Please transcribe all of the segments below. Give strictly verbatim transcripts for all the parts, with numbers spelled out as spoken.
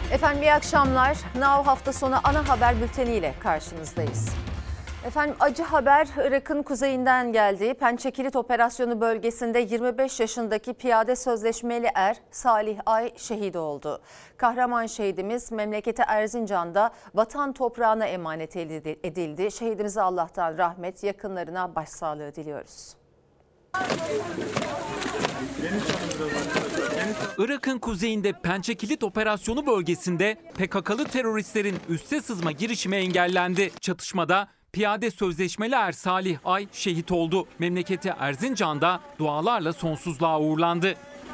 Efendim iyi akşamlar. Now hafta sonu ana haber bülteniyle karşınızdayız. Efendim acı haber Irak'ın kuzeyinden geldi. Pençekilit operasyonu bölgesinde yirmi beş yaşındaki piyade sözleşmeli er Salih Ay şehit oldu. Kahraman şehidimiz memleketi Erzincan'da vatan toprağına emanet edildi. Şehidimize Allah'tan rahmet, yakınlarına başsağlığı diliyoruz. Irak'ın kuzeyinde Pençekilit operasyonu bölgesinde P K K'lı teröristlerin üste sızma girişimi engellendi. Çatışmada piyade sözleşmeli er Salih Ay şehit oldu. Memleketi Erzincan'da dualarla sonsuzluğa uğurlandı.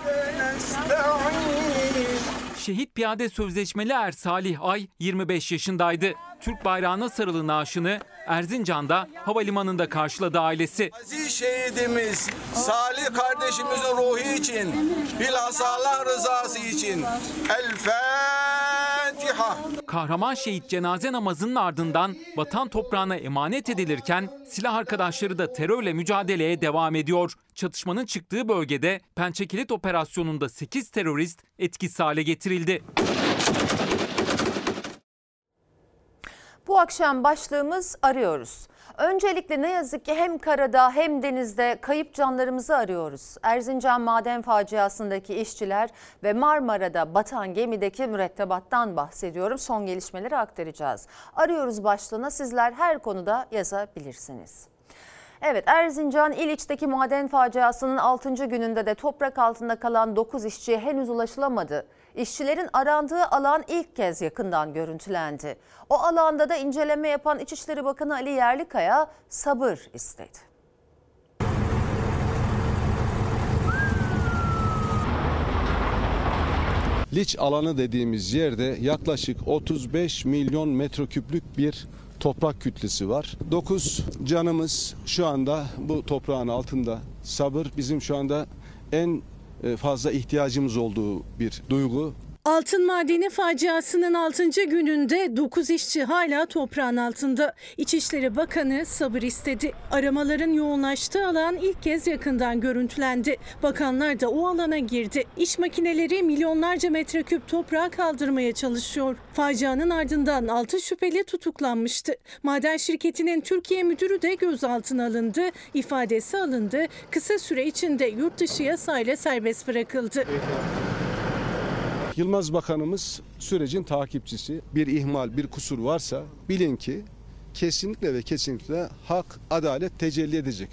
Şehit piyade sözleşmeli er Salih Ay yirmi beş yaşındaydı. Türk bayrağına sarılı naaşını Erzincan'da havalimanında karşıladı ailesi. Aziz şehidimiz Salih kardeşimizin ruhu için, bilhassa Allah rızası için. El Fatiha. Kahraman şehit cenaze namazının ardından vatan toprağına emanet edilirken silah arkadaşları da terörle mücadeleye devam ediyor. Çatışmanın çıktığı bölgede Pençekilit operasyonunda sekiz terörist etkisiz hale getirildi. Bu akşam başlığımız arıyoruz. Öncelikle ne yazık ki hem karada hem denizde kayıp canlarımızı arıyoruz. Erzincan maden faciasındaki işçiler ve Marmara'da batan gemideki mürettebattan bahsediyorum. Son gelişmeleri aktaracağız. Arıyoruz başlığına sizler her konuda yazabilirsiniz. Evet, Erzincan İliç'teki maden faciasının altıncı gününde de toprak altında kalan dokuz işçiye henüz ulaşılamadı. İşçilerin arandığı alan ilk kez yakından görüntülendi. O alanda da inceleme yapan İçişleri Bakanı Ali Yerlikaya sabır istedi. Liç alanı dediğimiz yerde yaklaşık otuz beş milyon metreküplük bir toprak kütlesi var. dokuz canımız şu anda bu toprağın altında. Sabır bizim şu anda en fazla ihtiyacımız olduğu bir duygu. Altın madeni faciasının altıncı gününde dokuz işçi hala toprağın altında. İçişleri Bakanı sabır istedi. Aramaların yoğunlaştığı alan ilk kez yakından görüntülendi. Bakanlar da o alana girdi. İş makineleri milyonlarca metreküp toprağı kaldırmaya çalışıyor. Facianın ardından altı şüpheli tutuklanmıştı. Maden şirketinin Türkiye müdürü de gözaltına alındı. İfadesi alındı. Kısa süre içinde yurt dışı yasayla serbest bırakıldı. Yılmaz Bakanımız sürecin takipçisi. Bir ihmal, bir kusur varsa bilin ki kesinlikle ve kesinlikle hak, adalet tecelli edecek.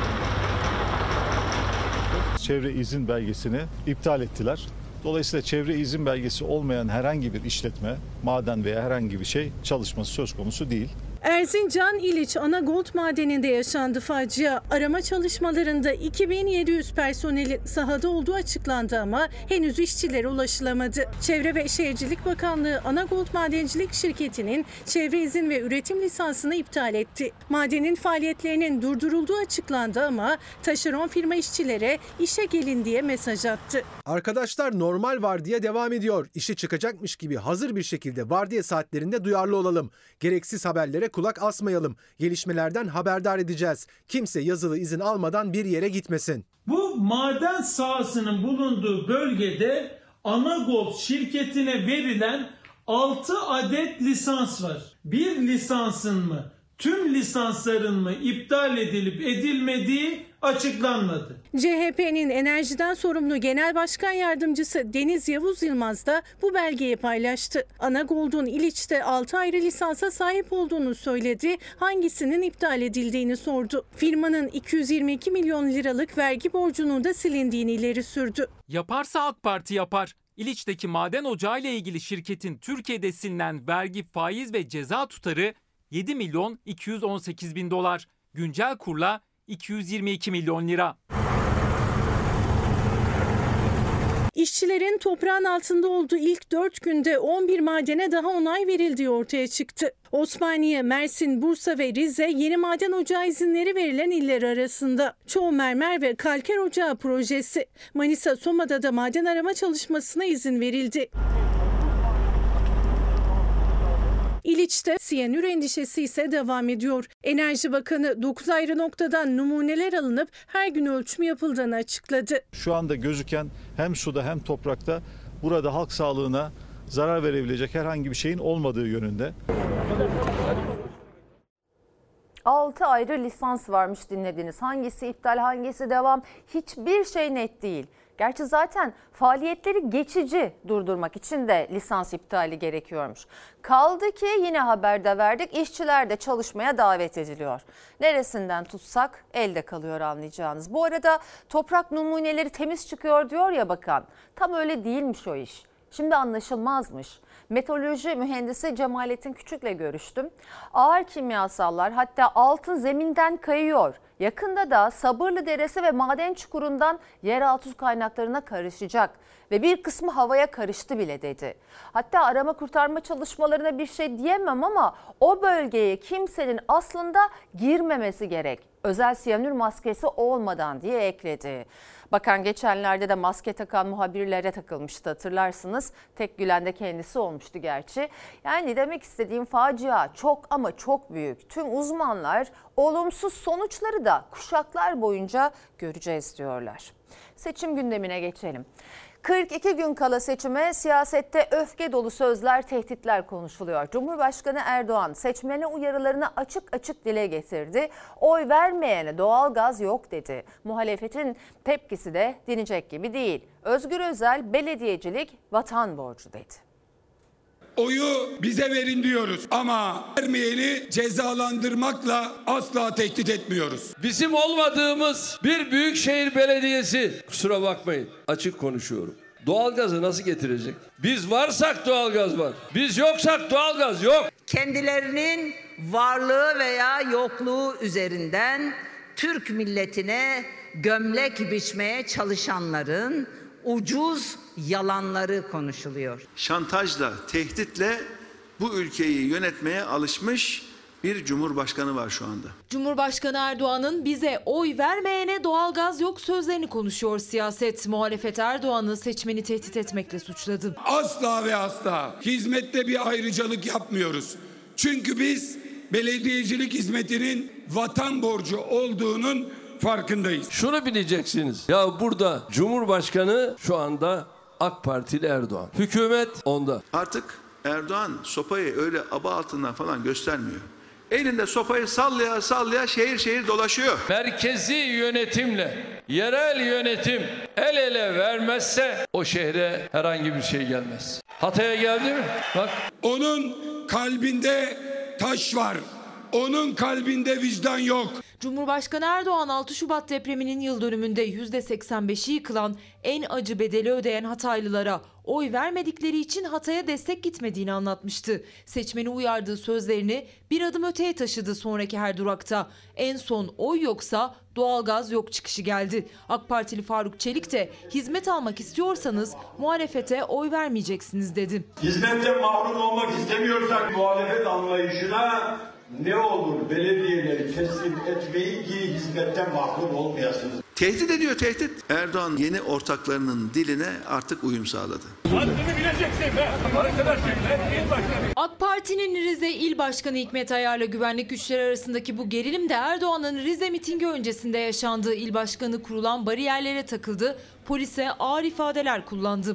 Çevre izin belgesini iptal ettiler. Dolayısıyla çevre izin belgesi olmayan herhangi bir işletme, maden veya herhangi bir şey çalışması söz konusu değil. Erzincan İliç Anagold madeninde yaşandı facia. Arama çalışmalarında iki bin yedi yüz personelin sahada olduğu açıklandı ama henüz işçilere ulaşılamadı. Çevre ve Şehircilik Bakanlığı Anagold Madencilik Şirketi'nin çevre izin ve üretim lisansını iptal etti. Madenin faaliyetlerinin durdurulduğu açıklandı ama taşeron firma işçilere işe gelin diye mesaj attı. Arkadaşlar normal vardiya devam ediyor. İşe çıkacakmış gibi hazır bir şekilde vardiya saatlerinde duyarlı olalım. Gereksiz haberlere kulak asmayalım. Gelişmelerden haberdar edeceğiz. Kimse yazılı izin almadan bir yere gitmesin. Bu maden sahasının bulunduğu bölgede Anagold şirketine verilen altı adet lisans var. Bir lisansın mı, tüm lisansların mı iptal edilip edilmediği açıklanmadı. C H P'nin enerjiden sorumlu Genel Başkan Yardımcısı Deniz Yavuz Yılmaz da bu belgeyi paylaştı. Anagold'un İliç'te altı ayrı lisansa sahip olduğunu söyledi. Hangisinin iptal edildiğini sordu. Firmanın iki yüz yirmi iki milyon liralık vergi borcunun da silindiğini ileri sürdü. Yaparsa AK Parti yapar. İliç'teki maden ocağı ile ilgili şirketin Türkiye'de silinen vergi, faiz ve ceza tutarı yedi milyon iki yüz on sekiz bin dolar. Güncel kurla iki yüz yirmi iki milyon lira. İşçilerin toprağın altında olduğu ilk dört günde on bir madene daha onay verildiği ortaya çıktı. Osmaniye, Mersin, Bursa ve Rize yeni maden ocağı izinleri verilen iller arasında. Çoğu mermer ve kalker ocağı projesi. Manisa, Soma'da da maden arama çalışmasına izin verildi. İliç'te siyanür endişesi ise devam ediyor. Enerji Bakanı dokuz ayrı noktadan numuneler alınıp her gün ölçüm yapıldığını açıkladı. Şu anda gözüken hem suda hem toprakta burada halk sağlığına zarar verebilecek herhangi bir şeyin olmadığı yönünde. altı ayrı lisans varmış dinlediniz. Hangisi iptal, hangisi devam? Hiçbir şey net değil. Gerçi zaten faaliyetleri geçici durdurmak için de lisans iptali gerekiyormuş. Kaldı ki yine haberde verdik, işçiler de çalışmaya davet ediliyor. Neresinden tutsak elde kalıyor anlayacağınız. Bu arada toprak numuneleri temiz çıkıyor diyor ya bakan. Tam öyle değilmiş o iş. Şimdi anlaşılmazmış. Meteoroloji mühendisi Cemalettin Küçük'le görüştüm. Ağır kimyasallar, hatta altın zeminden kayıyor. Yakında da Sabırlı Deresi ve maden çukurundan yeraltı su kaynaklarına karışacak. Ve bir kısmı havaya karıştı bile dedi. Hatta arama kurtarma çalışmalarına bir şey diyemem ama o bölgeye kimsenin aslında girmemesi gerek. Özel siyanür maskesi olmadan diye ekledi. Bakan geçenlerde de maske takan muhabirlere takılmıştı, hatırlarsınız. Tek gülen de kendisi olmuştu gerçi. Yani demek istediğim, facia çok ama çok büyük. Tüm uzmanlar olumsuz sonuçları da kuşaklar boyunca göreceğiz diyorlar. Seçim gündemine geçelim. kırk iki gün kala seçime siyasette öfke dolu sözler, tehditler konuşuluyor. Cumhurbaşkanı Erdoğan seçmene uyarılarını açık açık dile getirdi. Oy vermeyene doğalgaz yok dedi. Muhalefetin tepkisi de dinecek gibi değil. Özgür Özel, belediyecilik vatan borcu dedi. Oyu bize verin diyoruz ama vermeyeni cezalandırmakla asla tehdit etmiyoruz. Bizim olmadığımız bir büyükşehir belediyesi, kusura bakmayın açık konuşuyorum, doğalgazı nasıl getirecek? Biz varsak doğalgaz var, biz yoksak doğalgaz yok. Kendilerinin varlığı veya yokluğu üzerinden Türk milletine gömlek biçmeye çalışanların ucuz yalanları konuşuluyor. Şantajla, tehditle bu ülkeyi yönetmeye alışmış bir cumhurbaşkanı var şu anda. Cumhurbaşkanı Erdoğan'ın bize oy vermeyene doğalgaz yok sözlerini konuşuyor siyaset. Muhalefet Erdoğan'ı seçmeni tehdit etmekle suçladı. Asla ve asla hizmette bir ayrıcalık yapmıyoruz. Çünkü biz belediyecilik hizmetinin vatan borcu olduğunun farkındayız. Şunu bileceksiniz. Ya burada Cumhurbaşkanı şu anda AK Partili Erdoğan. Hükümet onda. Artık Erdoğan sopayı öyle aba altından falan göstermiyor. Elinde sopayı sallaya sallaya şehir şehir dolaşıyor. Merkezi yönetimle yerel yönetim el ele vermezse o şehre herhangi bir şey gelmez. Hatay'a geldi mi? Bak. Onun kalbinde taş var. Onun kalbinde vicdan yok. Cumhurbaşkanı Erdoğan altı Şubat depreminin yıl dönümünde yüzde seksen beşi yıkılan, en acı bedeli ödeyen Hataylılara oy vermedikleri için Hatay'a destek gitmediğini anlatmıştı. Seçmeni uyardığı sözlerini bir adım öteye taşıdı sonraki her durakta. En son oy yoksa doğalgaz yok çıkışı geldi. AK Partili Faruk Çelik de hizmet almak istiyorsanız muhalefete oy vermeyeceksiniz dedi. Hizmetten mahrum olmak istemiyorsak muhalefet anlayışına ne olur belediyeleri teslim etmeyin ki hizmetten mahrum olmayasınız. Tehdit ediyor, tehdit. Erdoğan yeni ortaklarının diline artık uyum sağladı. AK Parti'nin Rize İl Başkanı Hikmet Ayar'la güvenlik güçleri arasındaki bu gerilim de Erdoğan'ın Rize mitingi öncesinde yaşandı. İl Başkanı kurulan bariyerlere takıldı, polise ağır ifadeler kullandı.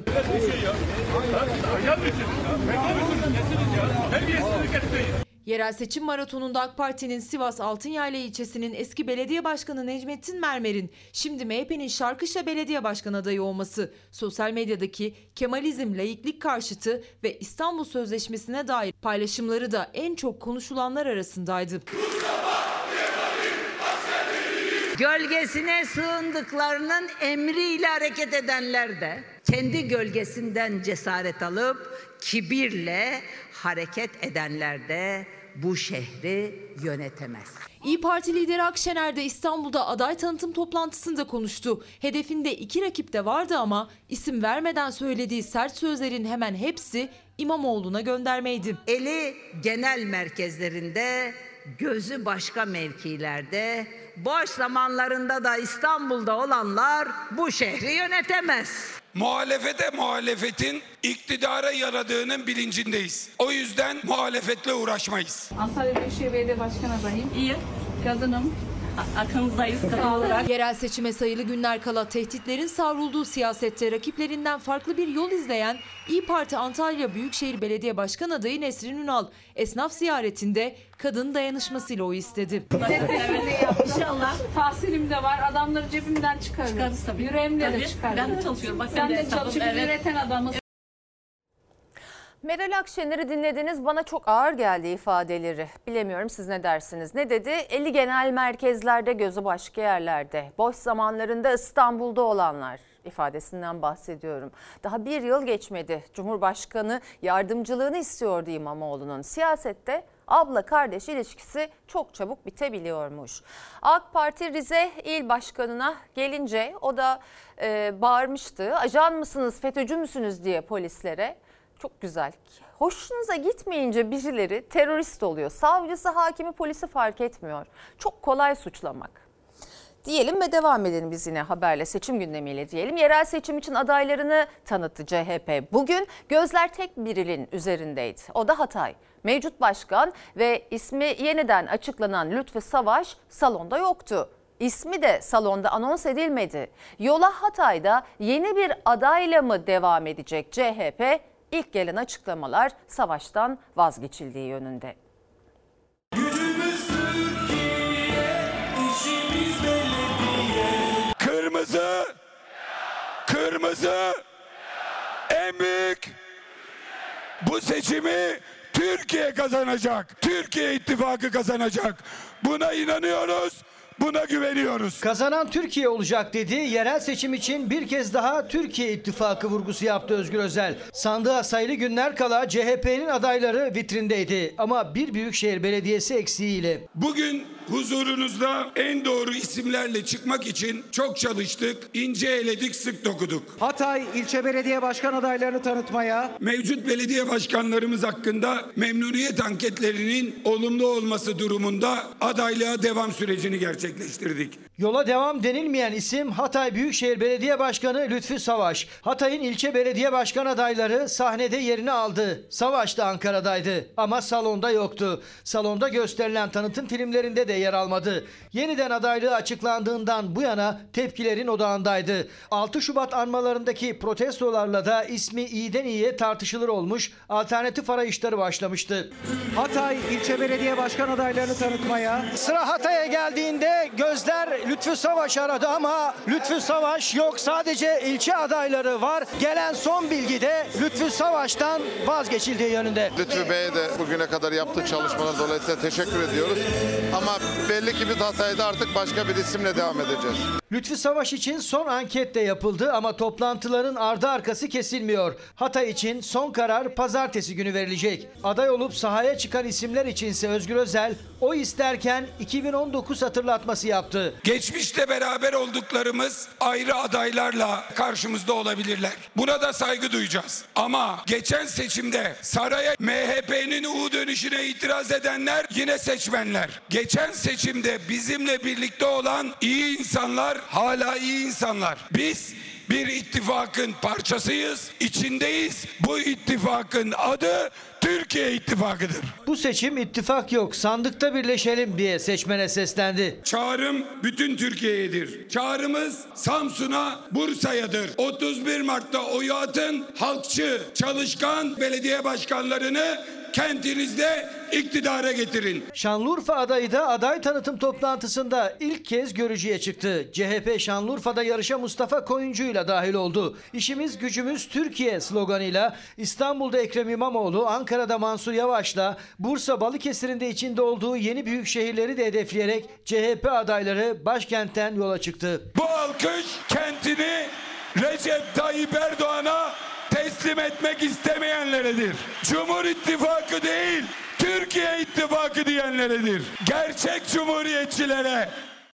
Yerel seçim maratonunda AK Parti'nin Sivas Altınyayla ilçesinin eski belediye başkanı Necmettin Mermer'in şimdi M H P'nin Şarkışla belediye başkanı adayı olması, sosyal medyadaki Kemalizm, laiklik karşıtı ve İstanbul Sözleşmesi'ne dair paylaşımları da en çok konuşulanlar arasındaydı. Gölgesine sığındıklarının emriyle hareket edenler de kendi gölgesinden cesaret alıp kibirle hareket edenler de bu şehri yönetemez. İYİ Parti lideri Akşener de İstanbul'da aday tanıtım toplantısında konuştu. Hedefinde iki rakip de vardı ama isim vermeden söylediği sert sözlerin hemen hepsi İmamoğlu'na göndermeydi. Eli genel merkezlerinde, gözü başka mevkilerde, boş zamanlarında da İstanbul'da olanlar bu şehri yönetemez. Muhalefete muhalefetin iktidara yaradığının bilincindeyiz. O yüzden muhalefetle uğraşmayız. Antalya Büyükşehir Belediye Başkan adayım. İyi. Kadınım. Arkanızdayız kadın olarak. Yerel seçime sayılı günler kala tehditlerin savrulduğu siyasette rakiplerinden farklı bir yol izleyen İYİ Parti Antalya Büyükşehir Belediye Başkan adayı Nesrin Ünal, esnaf ziyaretinde kadın dayanışmasıyla oy istedi. İnşallah tahsilim de var. Adamları cebimden çıkarırım. Çıkarız tabii. Yüreğimle de çıkarırım. Ben de çalışıyorum. Bak sen de çalışıp evet. Üreten adamız. Meral Akşener'i dinlediniz, bana çok ağır geldi ifadeleri. Bilemiyorum siz ne dersiniz? Ne dedi? eli genel merkezlerde, gözü başka yerlerde. Boş zamanlarında İstanbul'da olanlar ifadesinden bahsediyorum. Daha bir yıl geçmedi. Cumhurbaşkanı yardımcılığını istiyordu İmamoğlu'nun. Siyasette abla kardeş ilişkisi çok çabuk bitebiliyormuş. AK Parti Rize İl Başkanı'na gelince o da e, bağırmıştı. Ajan mısınız, FETÖ'cü müsünüz diye polislere. Çok güzel. Hoşunuza gitmeyince birileri terörist oluyor. Savcısı, hakimi, polisi fark etmiyor. Çok kolay suçlamak. Diyelim ve devam edelim biz yine haberle, seçim gündemiyle diyelim. Yerel seçim için adaylarını tanıttı C H P. Bugün gözler tek bir ilin üzerindeydi. O da Hatay. Mevcut başkan ve ismi yeniden açıklanan Lütfü Savaş salonda yoktu. İsmi de salonda anons edilmedi. Yola Hatay'da yeni bir adayla mı devam edecek C H P? İlk gelen açıklamalar Savaş'tan vazgeçildiği yönünde. Kırmızı, kırmızı en büyük. Bu seçimi Türkiye kazanacak. Türkiye ittifakı kazanacak. Buna inanıyoruz. Buna güveniyoruz. Kazanan Türkiye olacak dedi. Yerel seçim için bir kez daha Türkiye ittifakı vurgusu yaptı Özgür Özel. Sandığa sayılı günler kala C H P'nin adayları vitrindeydi. Ama bir büyükşehir belediyesi eksiğiyle. Bugün huzurunuzda en doğru isimlerle çıkmak için çok çalıştık. İnce eledik, sık dokuduk. Hatay ilçe belediye başkan adaylarını tanıtmaya, mevcut belediye başkanlarımız hakkında memnuniyet anketlerinin olumlu olması durumunda adaylığa devam sürecini gerçekleştirdik. Yola devam denilmeyen isim Hatay Büyükşehir Belediye Başkanı Lütfü Savaş. Hatay'ın ilçe belediye başkan adayları sahnede yerini aldı. Savaş da Ankara'daydı ama salonda yoktu. Salonda gösterilen tanıtım filmlerinde de yer almadı. Yeniden adaylığı açıklandığından bu yana tepkilerin odağındaydı. altı Şubat anmalarındaki protestolarla da ismi iyiden iyiye tartışılır olmuş, alternatif arayışları başlamıştı. Hatay ilçe belediye başkan adaylarını tanıtmaya, sıra Hatay'a geldiğinde gözler Lütfü Savaş aradı ama Lütfü Savaş yok, sadece ilçe adayları var. Gelen son bilgi de Lütfü Savaş'tan vazgeçildiği yönünde. Lütfü Bey'e de bugüne kadar yaptığı çalışmalar dolayısıyla teşekkür ediyoruz. Ama belli ki biz Hatay'da artık başka bir isimle devam edeceğiz. Lütfü Savaş için son anket de yapıldı ama toplantıların ardı arkası kesilmiyor. Hatay için son karar pazartesi günü verilecek. Aday olup sahaya çıkan isimler içinse Özgür Özel o isterken iki bin on dokuz hatırlatması yaptı. Geçmişte beraber olduklarımız ayrı adaylarla karşımızda olabilirler. Buna da saygı duyacağız. Ama geçen seçimde saraya M H P'nin U dönüşüne itiraz edenler yine seçmenler. Geçen seçimde bizimle birlikte olan iyi insanlar hala iyi insanlar. Biz bir ittifakın parçasıyız, içindeyiz. Bu ittifakın adı Türkiye İttifakı'dır. Bu seçim ittifak yok, sandıkta birleşelim diye seçmene seslendi. Çağrım bütün Türkiye'yedir. Çağrımız Samsun'a, Bursa'yadır. otuz bir Mart'ta oyu atın, halkçı, çalışkan belediye başkanlarını kentinizde iktidara getirin. Şanlıurfa adayı da aday tanıtım toplantısında ilk kez görücüye çıktı. C H P Şanlıurfa'da yarışa Mustafa Koyuncu'yla dahil oldu. İşimiz gücümüz Türkiye sloganıyla İstanbul'da Ekrem İmamoğlu, Ankara'da Mansur Yavaş'la, Bursa Balıkesir'in de içinde olduğu yeni büyük şehirleri de hedefleyerek C H P adayları başkentten yola çıktı. Bu alkış kentini Recep Tayyip Erdoğan'a teslim etmek istemeyenleredir. Cumhur İttifakı değil, Türkiye İttifakı diyenleredir. Gerçek cumhuriyetçilere.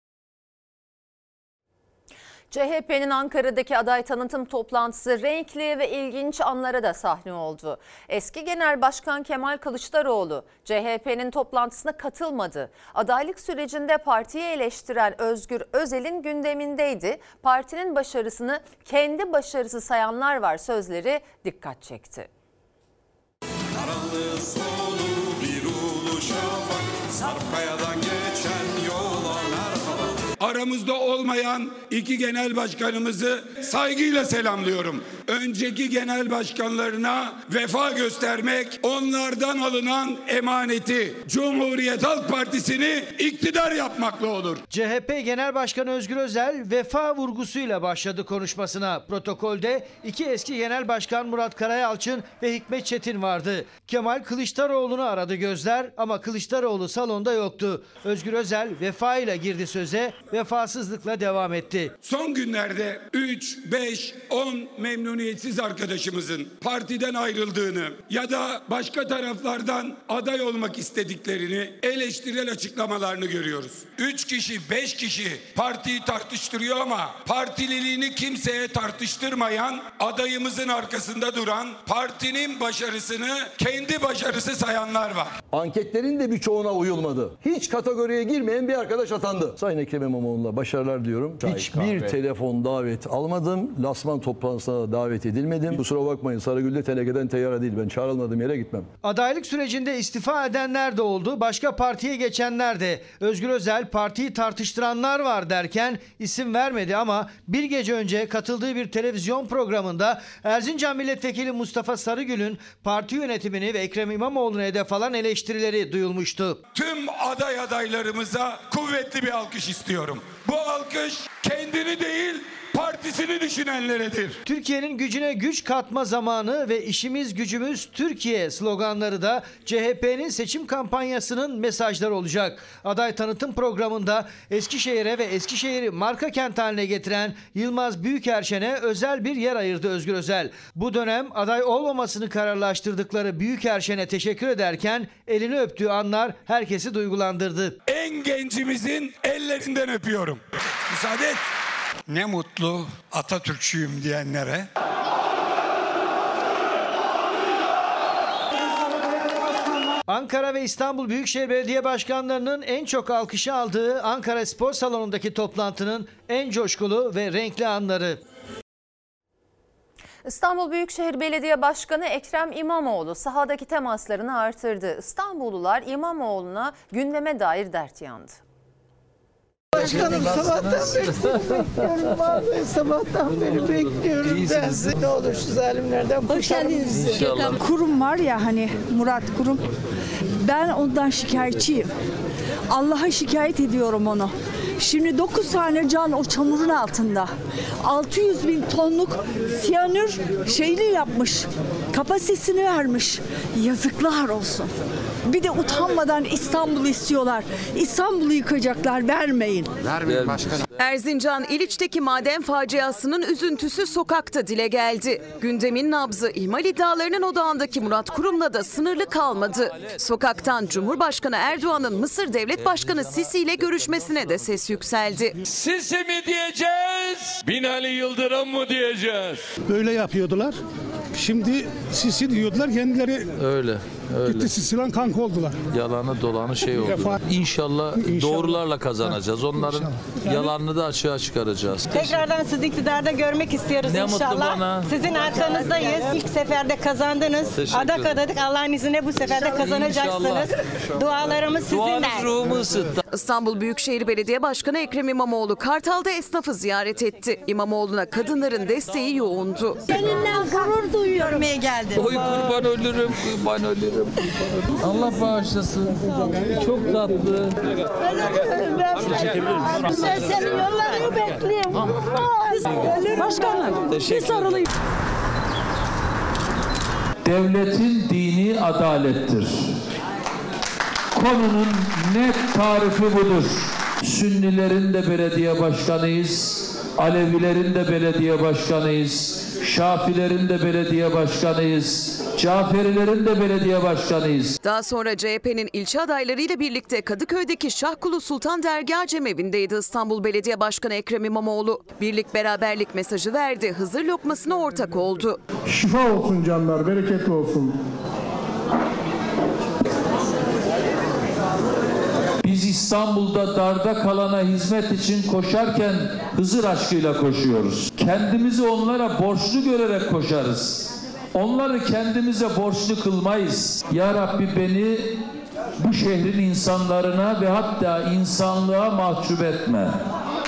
C H P'nin Ankara'daki aday tanıtım toplantısı renkli ve ilginç anlara da sahne oldu. Eski Genel Başkan Kemal Kılıçdaroğlu C H P'nin toplantısına katılmadı. Adaylık sürecinde partiyi eleştiren Özgür Özel'in gündemindeydi. Partinin başarısını kendi başarısı sayanlar var sözleri dikkat çekti. Karanlığı solu bir ulu şafak, Sarp kayadan geçen yola merhaba. aramızda olmayan iki genel başkanımızı saygıyla selamlıyorum. Önceki genel başkanlarına vefa göstermek, onlardan alınan emaneti Cumhuriyet Halk Partisi'ni iktidar yapmakla olur. C H P Genel Başkanı Özgür Özel vefa vurgusuyla başladı konuşmasına. Protokolde iki eski genel başkan Murat Karayalçın ve Hikmet Çetin vardı. Kemal Kılıçdaroğlu'nu aradı gözler ama Kılıçdaroğlu salonda yoktu. Özgür Özel vefa ile girdi söze, vefasızlıkla devam etti. Son günlerde üç, beş, on memnuniyetsiz arkadaşımızın partiden ayrıldığını ya da başka taraflardan aday olmak istediklerini eleştirel açıklamalarını görüyoruz. üç kişi, beş kişi partiyi tartıştırıyor ama partililiğini kimseye tartıştırmayan, adayımızın arkasında duran, partinin başarısını kendi başarısı sayanlar var. Anketlerin de birçoğuna uyulmadı. Hiç kategoriye girmeyen bir arkadaş atandı. Sayın Ekrem İmamoğlu'na başarılar diyorum. Hiçbir telefon davet almadım. Lasman toplantısına davet edilmedim. Kusura bakmayın, Sarıgül'de tenekeden teyyare değil. Ben çağrılmadığım yere gitmem. Adaylık sürecinde istifa edenler de oldu. Başka partiye geçenler de. Özgür Özel partiyi tartıştıranlar var derken isim vermedi ama bir gece önce katıldığı bir televizyon programında Erzincan Milletvekili Mustafa Sarıgül'ün parti yönetimini ve Ekrem İmamoğlu'na hedef alan eleştirileri duyulmuştu. Tüm aday adaylarımıza kuvvetli bir alkış istiyorum. Bu alkış kendini değil, partisini düşünenleredir. Türkiye'nin gücüne güç katma zamanı ve işimiz gücümüz Türkiye sloganları da C H P'nin seçim kampanyasının mesajları olacak. Aday tanıtım programında Eskişehir'e ve Eskişehir'i marka kent haline getiren Yılmaz Büyükerşen'e özel bir yer ayırdı Özgür Özel. Bu dönem aday olmamasını kararlaştırdıkları Büyükerşen'e teşekkür ederken elini öptüğü anlar herkesi duygulandırdı. En gencimizin ellerinden öpüyorum. Müsaade et. Ne mutlu Atatürkçüyüm diyenlere. Ankara ve İstanbul Büyükşehir Belediye Başkanlarının en çok alkışı aldığı Ankara Spor Salonu'ndaki toplantının en coşkulu ve renkli anları. İstanbul Büyükşehir Belediye Başkanı Ekrem İmamoğlu sahadaki temaslarını artırdı. İstanbullular İmamoğlu'na gündeme dair dert yandı. Başkanım sabahtan beri bekliyorum. Vallahi sabahtan beri bekliyorum. Ben size ne olur şu zalimlerden kurtarın bizi. Kurum var ya hani Murat Kurum. Ben ondan şikayetçiyim. Allah'a şikayet ediyorum onu. Şimdi dokuz tane can o çamurun altında. altı yüz bin tonluk siyanür şeyli yapmış. Kapasitesini vermiş. Yazıklar olsun. Bir de utanmadan İstanbul'u istiyorlar. İstanbul'u yıkacaklar, vermeyin. Vermeyin başkanım. Erzincan İliç'teki maden faciasının üzüntüsü sokakta dile geldi. Gündemin nabzı ihmal iddialarının odağındaki Murat Kurum'la da sınırlı kalmadı. Sokaktan Cumhurbaşkanı Erdoğan'ın Mısır Devlet Başkanı Sisi ile görüşmesine de ses yükseldi. Sisi mi diyeceğiz? Binali Yıldırım mı diyeceğiz? Böyle yapıyordular. Şimdi Sisi diyordular, kendileri öyle. Öyle. Gitti Sisi'yle kanka oldular. Yalanı dolanı şey oldu. İnşallah, İnşallah doğrularla kazanacağız. Onların İnşallah. yalanını da açığa çıkaracağız. Tekrardan sizi iktidarda görmek istiyoruz ne inşallah. Bana. Sizin arkanızdayız. İlk seferde kazandınız. Adak adadık. Allah'ın izniyle bu sefer de kazanacaksınız. İnşallah. Dualarımız sizinle. Duanız ruhumu ısıttı. İstanbul Büyükşehir Belediye Başkanı Ekrem İmamoğlu Kartal'da esnafı ziyaret etti. İmamoğlu'na kadınların desteği yoğundu. Seninle gurur duyuyorum. Görmeye geldim. Oy kurban ölürüm, kurban ölürüm. Allah bağışlasın. Çok tatlı. Ben senin yollarını bekliyorum. Başkanım, bir sarılayım. Devletin dini adalettir. Konunun net tarifi budur. Sünnilerin de belediye başkanıyız, Alevilerin de belediye başkanıyız, Şafilerin de belediye başkanıyız, Caferilerin de belediye başkanıyız. Daha sonra C H P'nin ilçe adaylarıyla birlikte Kadıköy'deki Şahkulu Sultan Dergah Cemevindeydi İstanbul Belediye Başkanı Ekrem İmamoğlu. Birlik beraberlik mesajı verdi, Hızır lokmasına ortak oldu. Şifa olsun canlar, bereketli olsun. Biz İstanbul'da darda kalana hizmet için koşarken Hızır aşkıyla koşuyoruz. Kendimizi onlara borçlu görerek koşarız. Onları kendimize borçlu kılmayız. Ya Rabbi beni bu şehrin insanlarına ve hatta insanlığa mahcup etme.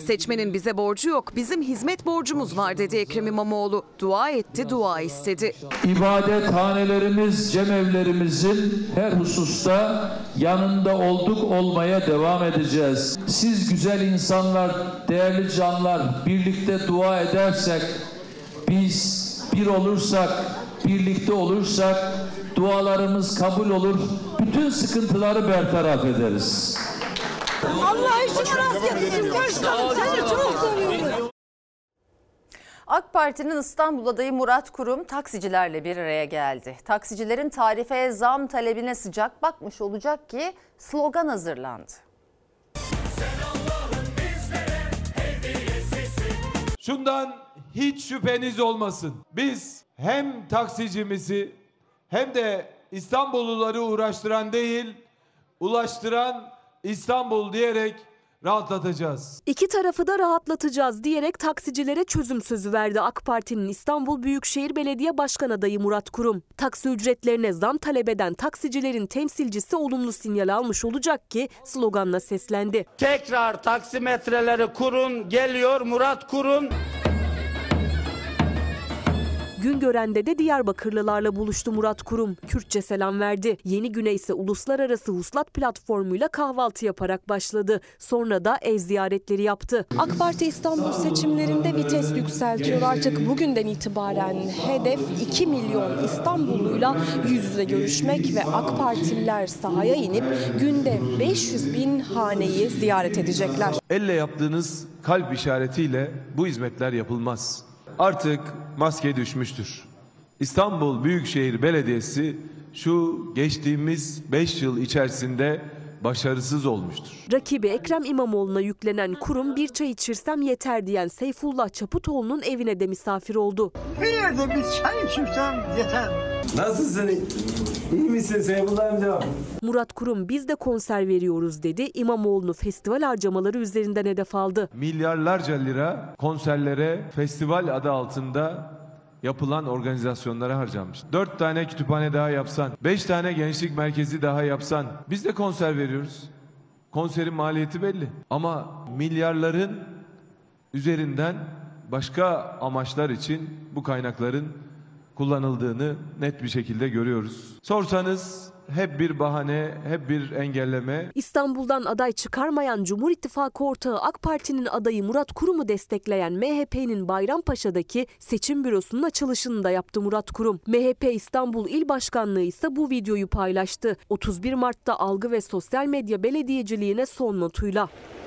Seçmenin bize borcu yok, bizim hizmet borcumuz var dedi Ekrem İmamoğlu. Dua etti, dua istedi. İbadethanelerimiz, cemevlerimizin her hususta yanında olduk, olmaya devam edeceğiz. Siz güzel insanlar, değerli canlar, birlikte dua edersek, biz bir olursak, birlikte olursak dualarımız kabul olur, bütün sıkıntıları bertaraf ederiz. Allah işini rast getirsin başkanım, seni çok seviyorum. AK Parti'nin İstanbul adayı Murat Kurum taksicilerle bir araya geldi. Taksicilerin tarifeye zam talebine sıcak bakmış olacak ki slogan hazırlandı. Şundan hiç şüpheniz olmasın. Biz hem taksicimizi hem de İstanbulluları uğraştıran değil, ulaştıran İstanbul diyerek rahatlatacağız. İki tarafı da rahatlatacağız diyerek taksicilere çözüm sözü verdi AK Parti'nin İstanbul Büyükşehir Belediye Başkan adayı Murat Kurum. Taksi ücretlerine zam talep eden taksicilerin temsilcisi olumlu sinyal almış olacak ki sloganla seslendi. Tekrar taksimetreleri kurun, geliyor Murat Kurum. Güngören'de de Diyarbakırlılarla buluştu Murat Kurum. Kürtçe selam verdi. Yeni güne ise uluslararası Huslat platformuyla kahvaltı yaparak başladı. Sonra da ev ziyaretleri yaptı. AK Parti İstanbul seçimlerinde vites yükseltiyor. Artık bugünden itibaren hedef iki milyon İstanbulluyla yüz yüze görüşmek ve AK Partililer sahaya inip günde beş yüz bin haneyi ziyaret edecekler. Elle yaptığınız kalp işaretiyle bu hizmetler yapılmaz. Artık maske düşmüştür. İstanbul Büyükşehir Belediyesi şu geçtiğimiz beş yıl içerisinde başarısız olmuştur. Rakibi Ekrem İmamoğlu'na yüklenen Kurum bir çay içirsem yeter diyen Seyfullah Çaputoğlu'nun evine de misafir oldu. Bir yerde bir çay içirsem yeter. Nasılsın? İyi misin Seyfullah amca? Murat Kurum biz de konser veriyoruz dedi. İmamoğlu'nu festival harcamaları üzerinden hedef aldı. Milyarlarca lira konserlere festival adı altında yapılan organizasyonlara harcanmış. Dört tane kütüphane daha yapsan, beş tane gençlik merkezi daha yapsan, biz de konser veriyoruz. Konserin maliyeti belli. Ama milyarların üzerinden başka amaçlar için bu kaynakların kullanıldığını net bir şekilde görüyoruz. Sorsanız hep bir bahane, hep bir engelleme. İstanbul'dan aday çıkarmayan Cumhur İttifakı ortağı AK Parti'nin adayı Murat Kurum'u destekleyen M H P'nin Bayrampaşa'daki seçim bürosunun açılışını da yaptı Murat Kurum. M H P İstanbul İl Başkanlığı ise bu videoyu paylaştı. otuz bir Mart'ta algı ve sosyal medya belediyeciliğine son notuyla.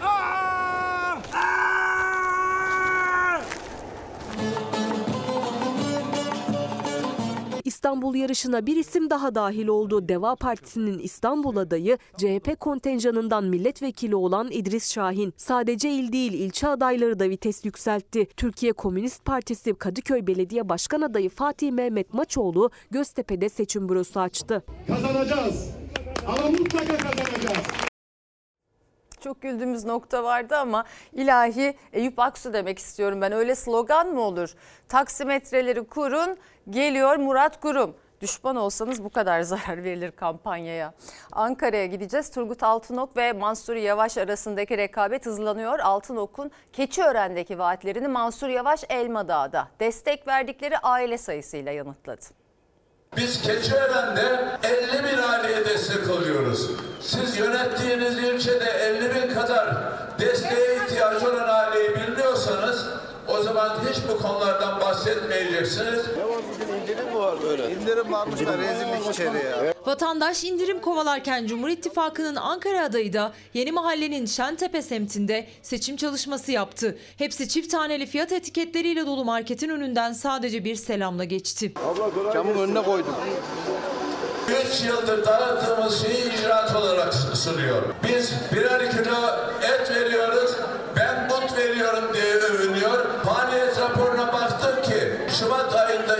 İstanbul yarışına bir isim daha dahil oldu. Deva Partisi'nin İstanbul adayı C H P kontenjanından milletvekili olan İdris Şahin. Sadece il değil ilçe adayları da vites yükseltti. Türkiye Komünist Partisi Kadıköy Belediye Başkan adayı Fatih Mehmet Maçoğlu Göztepe'de seçim bürosu açtı. Kazanacağız ama mutlaka kazanacağız. Çok güldüğümüz nokta vardı ama ilahi Eyüp Aksu demek istiyorum ben. Öyle slogan mı olur? Taksimetreleri kurun, geliyor Murat Kurum. Düşman olsanız bu kadar zarar verilir kampanyaya. Ankara'ya gideceğiz. Turgut Altınok ve Mansur Yavaş arasındaki rekabet hızlanıyor. Altınok'un Keçiören'deki vaatlerini Mansur Yavaş Elmadağ'da destek verdikleri aile sayısıyla yanıtladı. Biz Keçiören'de elli bin aileye destek oluyoruz. Siz yönettiğiniz ilçede elli bin kadar desteğe ihtiyacı olan aileyi biliyorsanız o zaman hiç bu konulardan bahsetmeyeceksiniz. İndirim mi var böyle? İndirim varmış da rezillik içeri ya. Vatandaş indirim kovalarken Cumhur İttifakı'nın Ankara adayı da Yeni Mahalle'nin Şentepe semtinde seçim çalışması yaptı. Hepsi çift taneli fiyat etiketleriyle dolu marketin önünden sadece bir selamla geçti. Camın önüne koydum. üç yıldır dağıttığımız şeyi icraat olarak sunuyor. Biz birer kilo et veriyoruz, ben but veriyorum diye övünüyor. Faaliyet raporuna baktık ki Şubat ayında iki kişi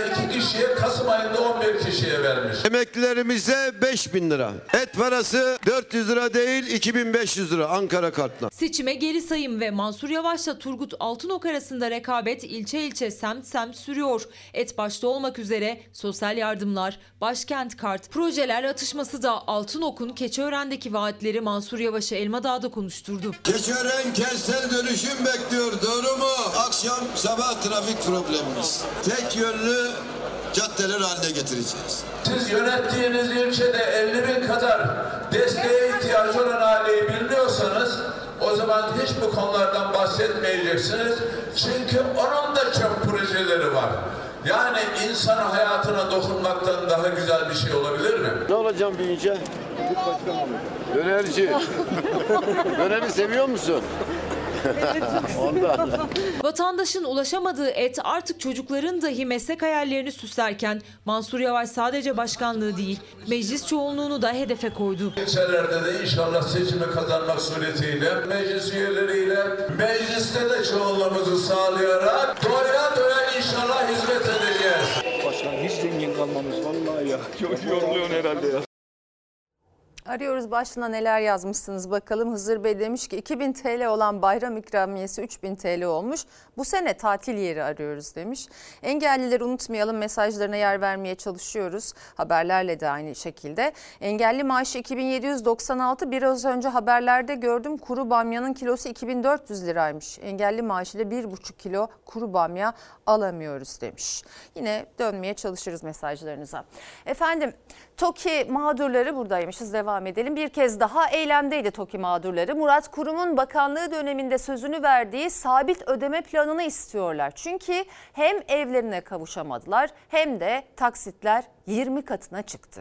kişiye, Kasım ayında on bir kişiye vermiş. Emeklilerimize beş bin lira. Et parası dört yüz lira değil iki bin beş yüz lira Ankara kartla. Seçime geri sayım ve Mansur Yavaş'la Turgut Altınok arasında rekabet ilçe ilçe semt semt sürüyor. Et başta olmak üzere sosyal yardımlar, başkent kart, projeler atışması da Altınok'un Keçiören'deki vaatleri Mansur Yavaş'ı Elmadağ'da konuşturdu. Keçiören kentsel dönüşüm bekliyor, doğru mu? Akşam sabah trafik problemimiz. Tek yönlü caddeler haline getireceğiz. Siz yönettiğiniz ilçede elli bin kadar desteğe ihtiyacı olan aileyi biliyorsanız o zaman hiç bu konulardan bahsetmeyeceksiniz. Çünkü onun da çok projeleri var. Yani insan hayatına dokunmaktan daha güzel bir şey olabilir mi? Ne olacağım büyüyünce? Dönerci. Döneri seviyor musun? Vatandaşın ulaşamadığı et artık çocukların dahi meslek hayallerini süslerken Mansur Yavaş sadece başkanlığı değil meclis çoğunluğunu da hedefe koydu. İlçelerde de inşallah seçimi kazanmak suretiyle meclis üyeleriyle mecliste de çoğunluğumuzu sağlayarak doya doya inşallah hizmet edeceğiz. Başkan hiç zengin kalmamış vallahi ya. Çok yoruluyorsun herhalde ya. Arıyoruz başlığına neler yazmışsınız bakalım. Hızır Bey demiş ki iki bin T L olan bayram ikramiyesi üç bin T L olmuş. Bu sene tatil yeri arıyoruz demiş. Engellileri unutmayalım, mesajlarına yer vermeye çalışıyoruz. Haberlerle de aynı şekilde. Engelli maaşı iki bin yedi yüz doksan altı, biraz önce haberlerde gördüm kuru bamyanın kilosu iki bin dört yüz liraymış. Engelli maaşıyla bir buçuk kilo kuru bamya alamıyoruz demiş. Yine dönmeye çalışırız mesajlarınıza. Efendim TOKİ mağdurları buradaymışız, devam edelim. Bir kez daha eylemdeydi TOKİ mağdurları. Murat Kurum'un bakanlığı döneminde sözünü verdiği sabit ödeme planını istiyorlar. Çünkü hem evlerine kavuşamadılar hem de taksitler yirmi katına çıktı.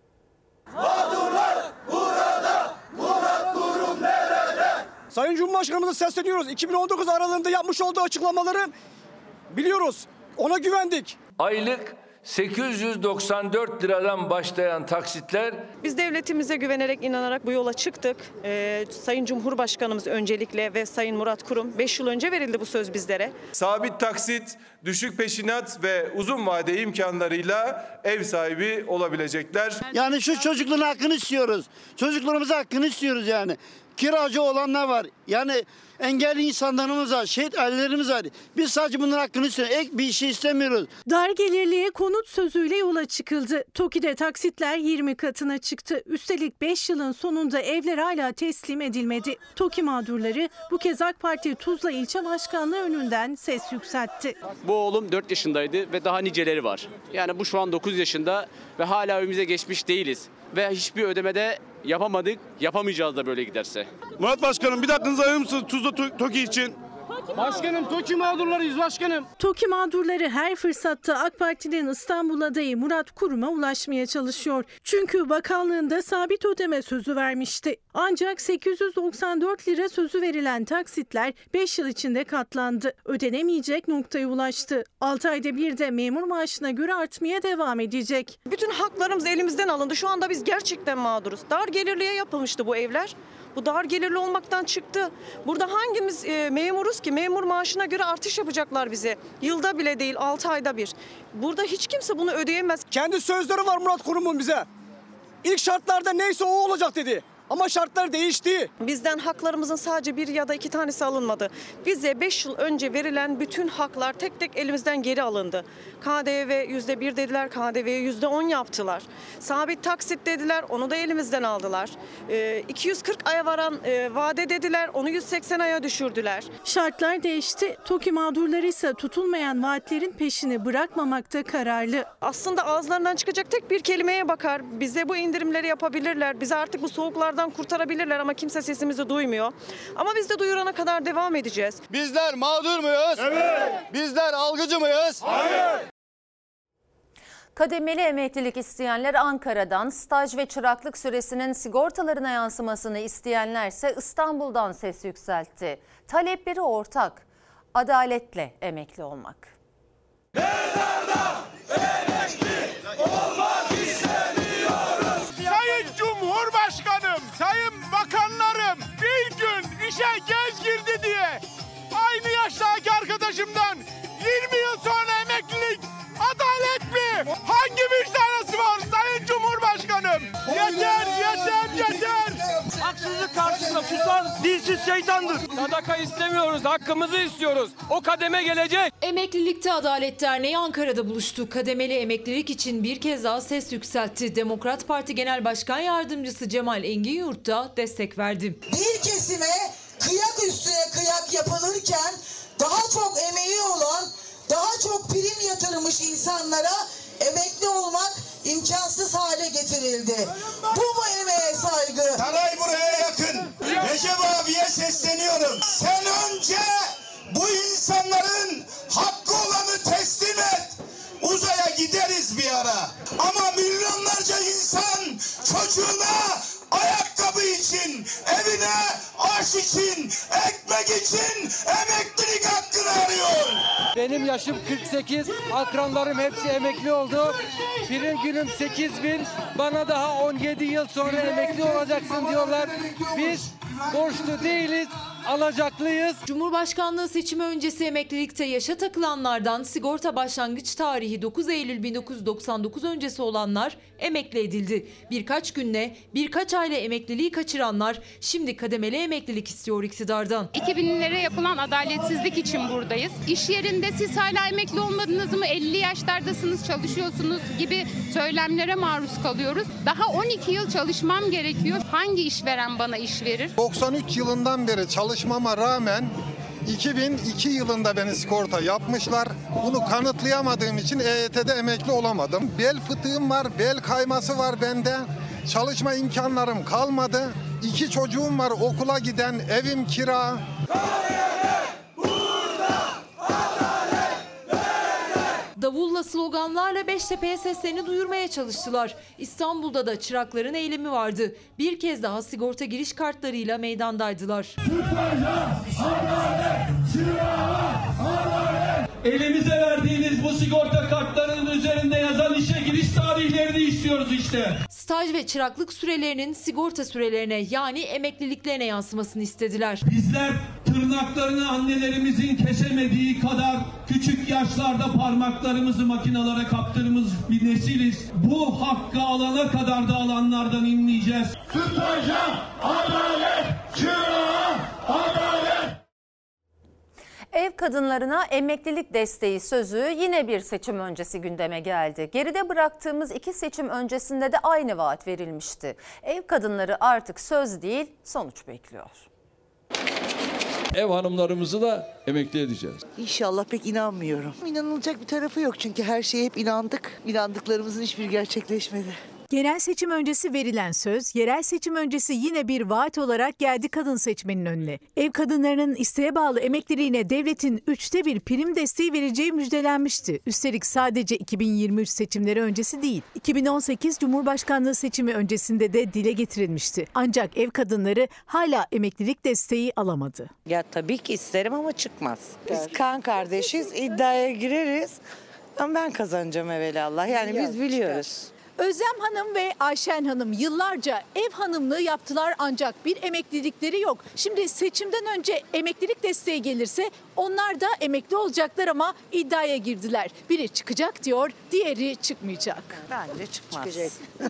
Mağdurlar burada, Murat Kurum nerede? Sayın Cumhurbaşkanımıza sesleniyoruz. iki bin on dokuz aralığında yapmış olduğu açıklamaları biliyoruz. Ona güvendik. Aylık sekiz yüz doksan dört liradan başlayan taksitler. Biz devletimize güvenerek, inanarak bu yola çıktık. Ee, Sayın Cumhurbaşkanımız öncelikle ve Sayın Murat Kurum, beş yıl önce verildi bu söz bizlere. Sabit taksit, düşük peşinat ve uzun vade imkanlarıyla ev sahibi olabilecekler. Yani şu çocukların hakkını istiyoruz. Çocuklarımızın hakkını istiyoruz yani. Kiracı olanlar var. Yani engelli insanlarımız var, şehit ailelerimiz var. Biz sadece bunların hakkını istiyoruz. Ek bir şey istemiyoruz. Dar gelirliye konut sözüyle yola çıkıldı. TOKİ'de taksitler yirmi katına çıktı. Üstelik beş yılın sonunda evler hala teslim edilmedi. TOKİ mağdurları bu kez AK Parti Tuzla İlçe Başkanlığı önünden ses yükseltti. Bu oğlum dört yaşındaydı ve daha niceleri var. Yani bu şu an dokuz yaşında ve hala evimize geçmiş değiliz. Ve hiçbir ödemede yapamadık, yapamayacağız da böyle giderse. Murat Başkanım bir dakikanızı ayırır mısınız Tuzla TOKİ için? Başkanım TOKİ mağdurlarıyız başkanım. TOKİ mağdurları her fırsatta AK Parti'nin İstanbul adayı Murat Kurum'a ulaşmaya çalışıyor. Çünkü bakanlığında sabit ödeme sözü vermişti. Ancak sekiz yüz doksan dört lira sözü verilen taksitler beş yıl içinde katlandı. Ödenemeyecek noktaya ulaştı. altı ayda bir de memur maaşına göre artmaya devam edecek. Bütün haklarımız elimizden alındı. Şu anda biz gerçekten mağduruz. Dar gelirliye yapılmıştı bu evler. Bu dar gelirli olmaktan çıktı. Burada hangimiz e, memuruz ki? Memur maaşına göre artış yapacaklar bize. Yılda bile değil, altı ayda bir. Burada hiç kimse bunu ödeyemez. Kendi sözleri var Murat Kurum'un bize. İlk şartlarda neyse o olacak dedi. Ama şartlar değişti. Bizden haklarımızın sadece bir ya da iki tanesi alınmadı. Bize beş yıl önce verilen bütün haklar tek tek elimizden geri alındı. K D V yüzde bir dediler, K D V'ye yüzde on yaptılar. Sabit taksit dediler, onu da elimizden aldılar. E, iki yüz kırk aya varan e, vade dediler, onu yüz seksen aya düşürdüler. Şartlar değişti. TOKİ mağdurları ise tutulmayan vaatlerin peşini bırakmamakta kararlı. Aslında ağızlarından çıkacak tek bir kelimeye bakar. Bize bu indirimleri yapabilirler. Bize artık bu soğuklar kurtarabilirler ama kimse sesimizi duymuyor. Ama biz de duyurana kadar devam edeceğiz. Bizler mağdur muyuz? Evet. Bizler algıcı mıyız? Hayır. Kademeli emeklilik isteyenler Ankara'dan, staj ve çıraklık süresinin sigortalarına yansımasını isteyenlerse İstanbul'dan ses yükseltti. Talepleri ortak: adaletle emekli olmak. Mezarda emekli olmak istemiyoruz. Sayın Cumhurbaşkanım, sayın bakanlarım, bir gün işe geç girdi diye aynı yaştaki arkadaşımdan yirmi yıl sonra emeklilik adalet mi? sadaka susan dilsiz şeytandır. Sadaka istemiyoruz, hakkımızı istiyoruz. O kademe gelecek. Emeklilikte Adalet Derneği Ankara'da buluştu. Kademeli emeklilik için bir kez daha ses yükseltti. Demokrat Parti Genel Başkan Yardımcısı Cemal Engin Yurt da destek verdi. Bir kesime kıyak üstüne kıyak yapılırken daha çok emeği olan, daha çok prim yatırmış insanlara emekli olmak imkansız hale getirildi. Bu mu emeğe saygı? Saray buraya yakın. Recep abiye sesleniyorum. Sen önce bu insanların hakkı olanı teslim et. Uzaya gideriz bir ara. Ama milyonlarca insan çocuğuna ayakkabı için, evine aş için, ekmek için emeklilik hakkını arıyor. Benim yaşım kırk sekiz, akranlarım hepsi emekli oldu. Prim günüm sekiz bin, bana daha on yedi yıl sonra emekli olacaksın diyorlar. Biz borçlu değiliz, alacaklıyız. Cumhurbaşkanlığı seçimi öncesi emeklilikte yaşa takılanlardan sigorta başlangıç tarihi dokuz Eylül bin dokuz yüz doksan dokuz öncesi olanlar emekli edildi. Birkaç günle, birkaç ayla emekliliği kaçıranlar şimdi kademeli emeklilik istiyor iktidardan. iki binlere yapılan adaletsizlik için buradayız. İş yerinde siz hala emekli olmadınız mı, elli yaşlardasınız, çalışıyorsunuz gibi söylemlere maruz kalıyoruz. Daha on iki yıl çalışmam gerekiyor. Hangi işveren bana iş verir? doksan üç yılından beri çalışmama rağmen iki bin iki yılında beni sigorta yapmışlar. Bunu kanıtlayamadığım için E Y T'de emekli olamadım. Bel fıtığım var, bel kayması var bende. Çalışma imkanlarım kalmadı. İki çocuğum var, okula giden, evim kira. Davulla, sloganlarla Beştepe'ye seslerini duyurmaya çalıştılar. İstanbul'da da çırakların eylemi vardı. Bir kez daha sigorta giriş kartlarıyla meydandaydılar. Elimize verdiğiniz bu sigorta kartlarının üzerinde yazan işe giriş tarihlerini istiyoruz işte. Staj ve çıraklık sürelerinin sigorta sürelerine yani emekliliklerine yansımasını istediler. Bizler tırnaklarını annelerimizin kesemediği kadar küçük yaşlarda parmaklarımızı makinalara kaptırdığımız bir nesiliz. Bu hakkı alana kadar da alanlardan inmeyeceğiz. Staja adalet, çırağa adalet. Ev kadınlarına emeklilik desteği sözü yine bir seçim öncesi gündeme geldi. Geride bıraktığımız iki seçim öncesinde de aynı vaat verilmişti. Ev kadınları artık söz değil, sonuç bekliyor. Ev hanımlarımızı da emekli edeceğiz. İnşallah pek inanmıyorum. İnanılacak bir tarafı yok çünkü her şeye hep inandık. İnandıklarımızın hiçbir gerçekleşmedi. Genel seçim öncesi verilen söz, yerel seçim öncesi yine bir vaat olarak geldi kadın seçmenin önüne. Ev kadınlarının isteğe bağlı emekliliğine devletin üçte bir prim desteği vereceği müjdelenmişti. Üstelik sadece iki bin yirmi üç seçimleri öncesi değil, iki bin on sekiz Cumhurbaşkanlığı seçimi öncesinde de dile getirilmişti. Ancak ev kadınları hala emeklilik desteği alamadı. Ya tabii ki isterim ama çıkmaz. Biz kan kardeşiz, iddiaya gireriz ama ben kazanacağım evelallah. Yani biz biliyoruz. Özlem Hanım ve Ayşen Hanım yıllarca ev hanımlığı yaptılar ancak bir emeklilikleri yok. Şimdi seçimden önce emeklilik desteği gelirse onlar da emekli olacaklar ama iddiaya girdiler. Biri çıkacak diyor, diğeri çıkmayacak. Bence çıkmaz. Çıkacak.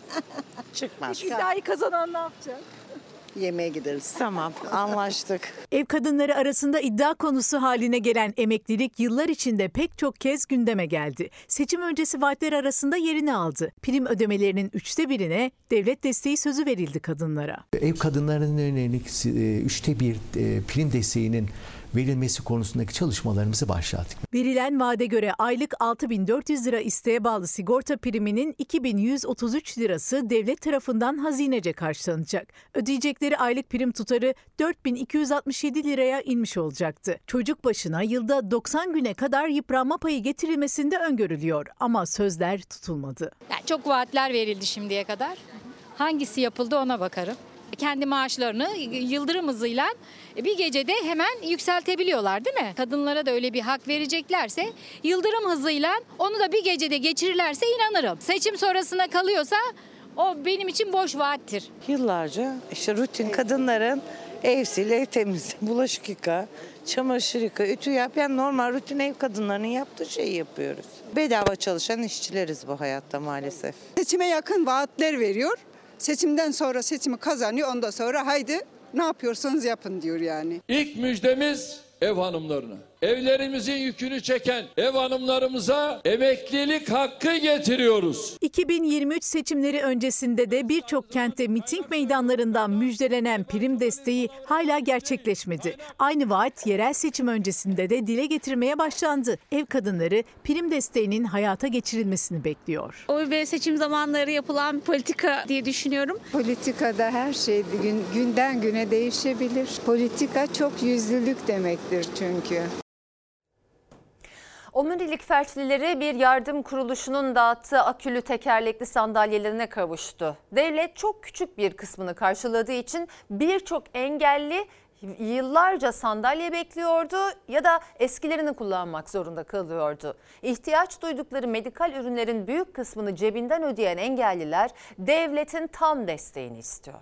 Çıkmaz. İddiayı kazanan ne yapacak? Yemeğe gideriz. Tamam, anlaştık. Ev kadınları arasında iddia konusu haline gelen emeklilik yıllar içinde pek çok kez gündeme geldi. Seçim öncesi vaatler arasında yerini aldı. Prim ödemelerinin üçte birine devlet desteği sözü verildi kadınlara. Ev kadınlarının yönelik üçte bir prim desteğinin verilmesi konusundaki çalışmalarımızı başlattık. Verilen vaade göre aylık altı bin dört yüz lira isteğe bağlı sigorta priminin iki bin yüz otuz üç lirası devlet tarafından hazinece karşılanacak. Ödeyecekleri aylık prim tutarı dört bin iki yüz altmış yedi liraya inmiş olacaktı. Çocuk başına yılda doksan güne kadar yıpranma payı getirilmesinde öngörülüyor ama sözler tutulmadı. Yani çok vaatler verildi şimdiye kadar. Hangisi yapıldı ona bakarım. Kendi maaşlarını yıldırım hızıyla bir gecede hemen yükseltebiliyorlar değil mi? Kadınlara da öyle bir hak vereceklerse yıldırım hızıyla onu da bir gecede geçirirlerse inanırım. Seçim sonrasına kalıyorsa o benim için boş vaattir. Yıllarca işte rutin kadınların ev sil, ev temizle, bulaşık yıka, çamaşır yıka, ütü yap. Yani normal rutin ev kadınlarının yaptığı şeyi yapıyoruz. Bedava çalışan işçileriz bu hayatta maalesef. Seçime yakın vaatler veriyor. Seçimden sonra seçimi kazanıyor. Ondan sonra haydi Ne yapıyorsanız yapın diyor yani. İlk müjdemiz ev hanımlarına. Evlerimizin yükünü çeken ev hanımlarımıza emeklilik hakkı getiriyoruz. iki bin yirmi üç seçimleri öncesinde de birçok kentte miting meydanlarından müjdelenen prim desteği hala gerçekleşmedi. Aynı vaat yerel seçim öncesinde de dile getirmeye başlandı. Ev kadınları prim desteğinin hayata geçirilmesini bekliyor. Oy ve seçim zamanları yapılan politika diye düşünüyorum. Politikada her şey gün, günden güne değişebilir. Politika çok yüzlülük demektir çünkü. Omurilik felçlileri bir yardım kuruluşunun dağıttığı akülü tekerlekli sandalyelerine kavuştu. Devlet çok küçük bir kısmını karşıladığı için birçok engelli yıllarca sandalye bekliyordu ya da eskilerini kullanmak zorunda kalıyordu. İhtiyaç duydukları medikal ürünlerin büyük kısmını cebinden ödeyen engelliler devletin tam desteğini istiyor.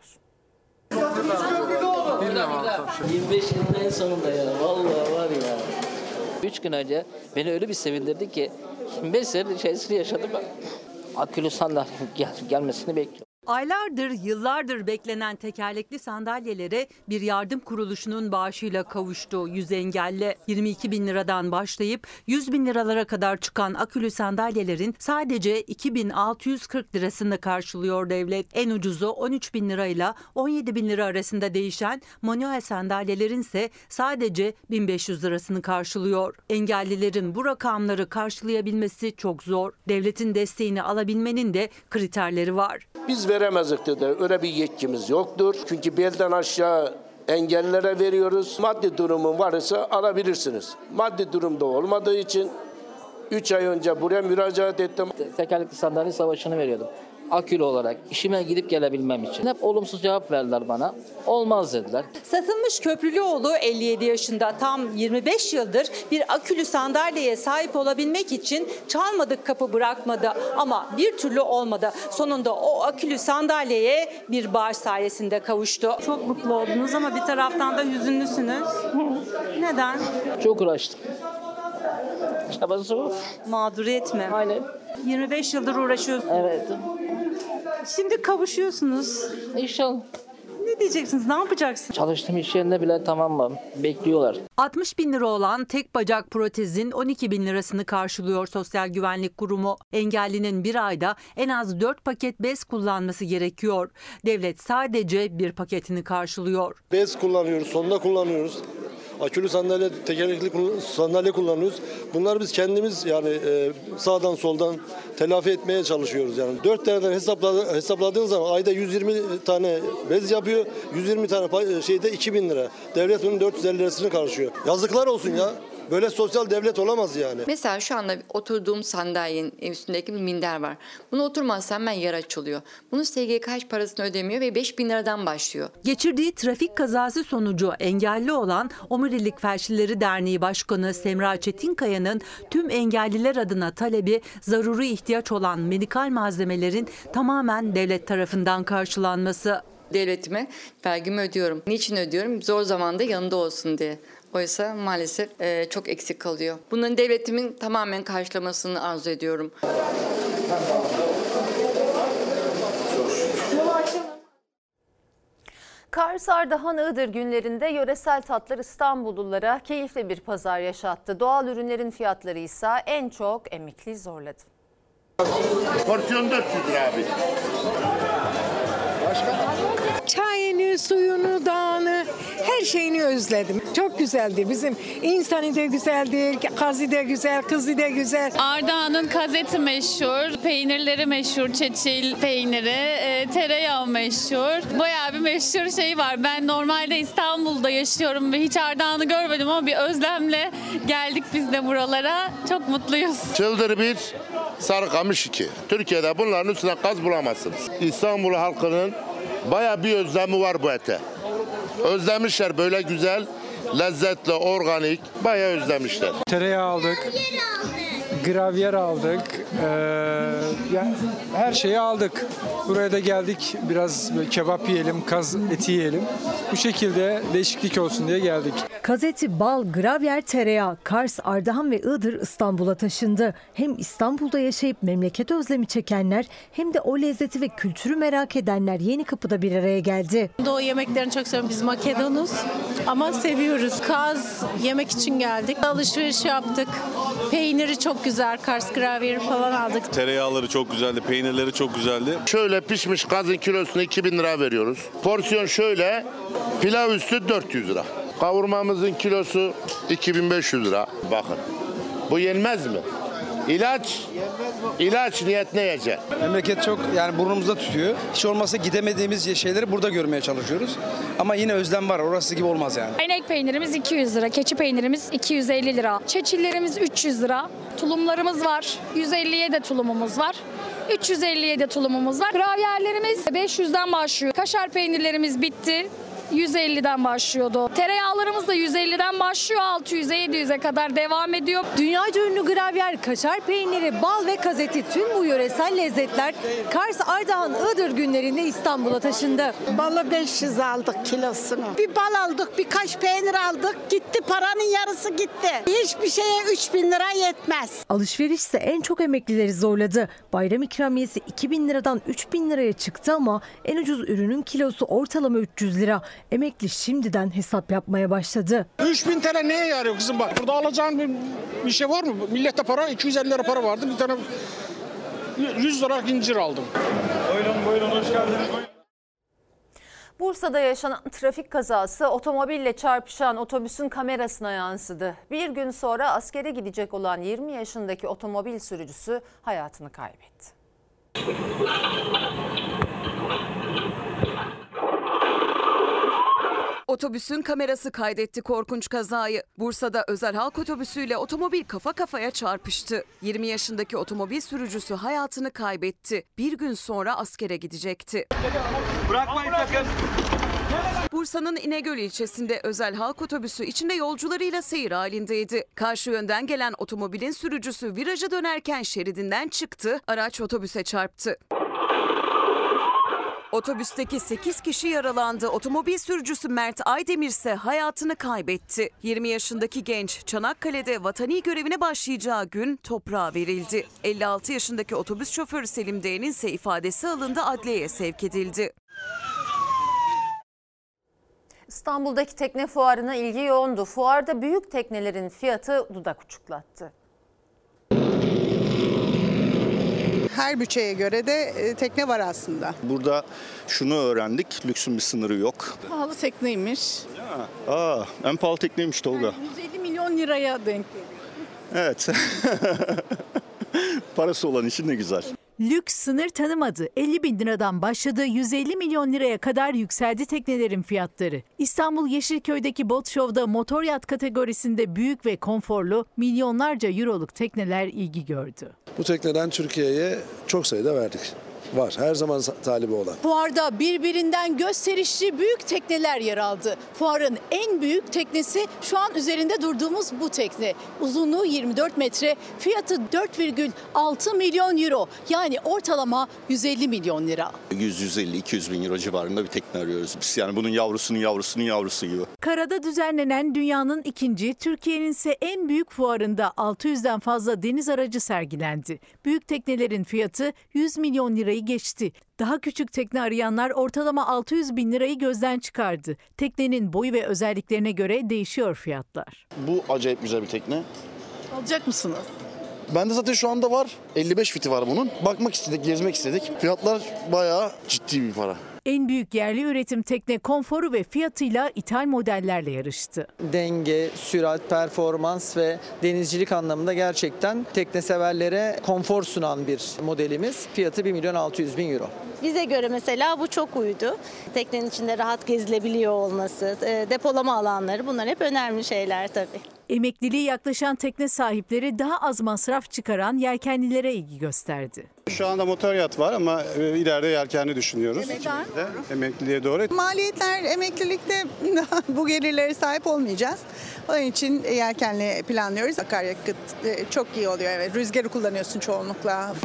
yirmi beş yılın en sonunda ya. Vallahi var ya. üç gün önce beni öyle bir sevindirdi ki yirmi beş senedir içerisinde yaşadım ben. Akülü sandalye gel, gelmesini bekliyorum. Aylardır, yıllardır beklenen tekerlekli sandalyelere bir yardım kuruluşunun bağışıyla kavuştu yüz engelli. yirmi iki bin liradan başlayıp yüz bin liralara kadar çıkan akülü sandalyelerin sadece iki bin altı yüz kırk lirasını karşılıyor devlet. En ucuzu on üç bin lirayla on yedi bin lira arasında değişen manuel sandalyelerin ise sadece bin beş yüz lirasını karşılıyor. Engellilerin bu rakamları karşılayabilmesi çok zor. Devletin desteğini alabilmenin de kriterleri var. Biz veremezdik dedi. Öyle bir yetkimiz yoktur. Çünkü belden aşağı engellilere veriyoruz. Maddi durumun varsa alabilirsiniz. Maddi durumda olmadığı için üç ay önce buraya müracaat ettim. Tekerlekli sandalye savaşını veriyordum. Akülü olarak işime gidip gelebilmem için. Hep olumsuz cevap verdiler bana. Olmaz dediler. Satılmış Köprülüoğlu elli yedi yaşında, tam yirmi beş yıldır bir akülü sandalyeye sahip olabilmek için çalmadık kapı bırakmadı ama bir türlü olmadı. Sonunda o akülü sandalyeye bir bağış sayesinde kavuştu. Çok mutlu oldunuz ama bir taraftan da hüzünlüsünüz. Neden? Çok uğraştım. Çabası o. Mağduriyet mi? Aynen. yirmi beş yıldır uğraşıyorsunuz. Evet. Şimdi kavuşuyorsunuz. İnşallah. Ne diyeceksiniz? Ne yapacaksınız? Çalıştığım iş yerinde bile tamam mı? Bekliyorlar. altmış bin lira olan tek bacak protezin on iki bin lirasını karşılıyor Sosyal Güvenlik Kurumu. Engellinin bir ayda en az dört paket bez kullanması gerekiyor. Devlet sadece bir paketini karşılıyor. Bez kullanıyoruz, sonda kullanıyoruz. Akülü sandalye, tekerlekli sandalye kullanıyoruz. Bunları biz kendimiz yani e, sağdan soldan telafi etmeye çalışıyoruz yani. Dört taneden hesapladı, hesapladığınız zaman ayda yüz yirmi tane bez yapıyor. yüz yirmi tane şeyde iki bin lira. Devlet bunun dört yüz elli lirasını karşılıyor. Yazıklar olsun ya. Böyle sosyal devlet olamaz yani. Mesela şu anda oturduğum sandalyenin üstündeki bir minder var. Bunu oturmazsam hemen yer açılıyor. Bunun S G K parasını ödemiyor ve beş bin liradan başlıyor. Geçirdiği trafik kazası sonucu engelli olan Omurilik Felçlileri Derneği Başkanı Semra Çetinkaya'nın tüm engelliler adına talebi zaruri ihtiyaç olan medikal malzemelerin tamamen devlet tarafından karşılanması. Devletime vergimi ödüyorum. Niçin ödüyorum? Zor zamanda yanında olsun diye. Oysa maalesef e, çok eksik kalıyor. Bunların devletimin tamamen karşılamasını arzu ediyorum. Kars, Ardahan, Iğdır günlerinde yöresel tatlar İstanbullulara keyifli bir pazar yaşattı. Doğal ürünlerin fiyatları ise en çok emekliyi zorladı. Porsiyon dört yüz lira abi. Çayını, suyunu, dağını, her şeyini özledim. Çok güzeldi. Bizim insanı da güzeldir, kazı da güzel, kızı da güzel. Ardahan'ın kazeti meşhur, peynirleri meşhur, çeçil peyniri, e, tereyağı meşhur. Bayağı bir meşhur şey var. Ben normalde İstanbul'da yaşıyorum ve hiç Ardahan'ı görmedim ama bir özlemle geldik biz de buralara. Çok mutluyuz. Çıldır bir, Sarıkamış iki. Türkiye'de bunların üstüne kaz bulamazsınız. İstanbul halkının bayağı bir özlemi var bu ete. Özlemişler, böyle güzel, lezzetli, organik, bayağı özlemişler. Tereyağı aldık, gravyer aldık. Ee, yani her şeyi aldık. Buraya da geldik. Biraz kebap yiyelim, kaz eti yiyelim. Bu şekilde değişiklik olsun diye geldik. Kaz eti, bal, gravyer, tereyağı, Kars, Ardahan ve Iğdır İstanbul'a taşındı. Hem İstanbul'da yaşayıp memleket özlemi çekenler hem de o lezzeti ve kültürü merak edenler Yenikapı'da bir araya geldi. Doğu yemeklerini çok seviyorum. Biz Makedonuz ama seviyoruz. Kaz yemek için geldik. Alışveriş yaptık. Peyniri çok güzel. Kars gravyeri falan aldık. Tereyağları çok güzeldi. Peynirleri çok güzeldi. Şöyle pişmiş kazın kilosunu iki bin lira veriyoruz. Porsiyon şöyle, pilav üstü dört yüz lira. Kavurmamızın kilosu iki bin beş yüz lira. Bakın. Bu yenmez mi? İlaç, ilaç niyetine yiyecek. Memleket çok yani burnumuzda tutuyor. Hiç olmazsa gidemediğimiz şeyleri burada görmeye çalışıyoruz. Ama yine özlem var. Orası gibi olmaz yani. İnek peynirimiz iki yüz lira, keçi peynirimiz iki yüz elli lira, çeçillerimiz üç yüz lira, tulumlarımız var, yüz elliye de tulumumuz var. üç yüz elliye de tulumumuz var. Gravyerlerimiz beş yüzden başlıyor. Kaşar peynirlerimiz bitti. yüz elliden başlıyordu. Tereyağlarımız da yüz elliden başlıyor. altı yüze yedi yüze kadar devam ediyor. Dünyaca ünlü gravyer, kaşar peyniri, bal ve kaz eti, tüm bu yöresel lezzetler Kars, Ardahan, Iğdır günlerinde İstanbul'a taşındı. Balı beş yüz aldık kilosunu. Bir bal aldık, birkaç peynir aldık. Gitti, paranın yarısı gitti. Hiçbir şeye üç bin lira yetmez. Alışveriş ise en çok emeklileri zorladı. Bayram ikramiyesi iki bin liradan üç bin liraya çıktı ama en ucuz ürünün kilosu ortalama üç yüz lira. Emekli şimdiden hesap yapmaya başladı. üç bin T L neye yarıyor kızım bak? Burada alacağın bir, bir şey var mı? Millette para iki yüz elli lira para vardı. Bir tane yüz lira incir aldım. Buyurun buyurun hoş geldiniz. Bursa'da yaşanan trafik kazası otomobille çarpışan otobüsün kamerasına yansıdı. Bir gün sonra askere gidecek olan yirmi yaşındaki otomobil sürücüsü hayatını kaybetti. Otobüsün kamerası kaydetti korkunç kazayı. Bursa'da özel halk otobüsüyle otomobil kafa kafaya çarpıştı. yirmi yaşındaki otomobil sürücüsü hayatını kaybetti. Bir gün sonra askere gidecekti. Bırakmayın sakın. Bursa'nın İnegöl ilçesinde özel halk otobüsü içinde yolcularıyla seyir halindeydi. Karşı yönden gelen otomobilin sürücüsü viraja dönerken şeridinden çıktı, araç otobüse çarptı. Otobüsteki sekiz kişi yaralandı. Otomobil sürücüsü Mert Aydemir ise hayatını kaybetti. yirmi yaşındaki genç Çanakkale'de vatani görevine başlayacağı gün toprağa verildi. elli altı yaşındaki otobüs şoförü Selim D'nin ise ifadesi alındı, adliyeye sevk edildi. İstanbul'daki tekne fuarına ilgi yoğundu. Fuarda büyük teknelerin fiyatı dudak uçuklattı. Her bütçeye göre de tekne var aslında. Burada şunu öğrendik, lüksün bir sınırı yok. Pahalı tekneymiş. Ya, aa, en pahalı tekneymiş Tolga. Yani yüz elli milyon liraya denk geliyor. Evet. Parası olan için ne güzel. Lüks sınır tanımadı. elli bin liradan başladı, yüz elli milyon liraya kadar yükseldi teknelerin fiyatları. İstanbul Yeşilköy'deki Bot Show'da motor yat kategorisinde büyük ve konforlu milyonlarca euroluk tekneler ilgi gördü. Bu tekneden Türkiye'ye çok sayıda verdik. Var, her zaman talibi olan. Fuarda birbirinden gösterişli büyük tekneler yer aldı. Fuarın en büyük teknesi şu an üzerinde durduğumuz bu tekne. Uzunluğu yirmi dört metre, fiyatı dört virgül altı milyon euro. Yani ortalama yüz elli milyon lira. yüz yüz elli iki yüz bin euro civarında bir tekne arıyoruz biz. Yani bunun yavrusunun yavrusunun yavrusu gibi. Karada düzenlenen dünyanın ikinci, Türkiye'nin ise en büyük fuarında altı yüzden fazla deniz aracı sergilendi. Büyük teknelerin fiyatı yüz milyon lirayı geçti. Daha küçük tekne arayanlar ortalama altı yüz bin lirayı gözden çıkardı. Teknenin boyu ve özelliklerine göre değişiyor fiyatlar. Bu acayip güzel bir tekne. Alacak mısınız? Bende zaten şu anda var. elli beş fiti var bunun. Bakmak istedik, gezmek istedik. Fiyatlar bayağı ciddi bir para. En büyük yerli üretim tekne konforu ve fiyatıyla ithal modellerle yarıştı. Denge, sürat, performans ve denizcilik anlamında gerçekten tekne severlere konfor sunan bir modelimiz. Fiyatı bir milyon altı yüz bin euro. Bize göre mesela bu çok uydu. Teknenin içinde rahat gezilebiliyor olması, depolama alanları, bunlar hep önemli şeyler tabii. Emekliliği yaklaşan tekne sahipleri daha az masraf çıkaran yelkenlilere ilgi gösterdi. Şu anda motor yat var ama e, ileride yelkenli düşünüyoruz. Emekliler. Emekliliğe doğru. Maliyetler emeklilikte bu gelirlere sahip olmayacağız. Onun için yelkenli planlıyoruz. Akaryakıt e, çok iyi oluyor. Evet, rüzgarı kullanıyorsun çoğunlukla.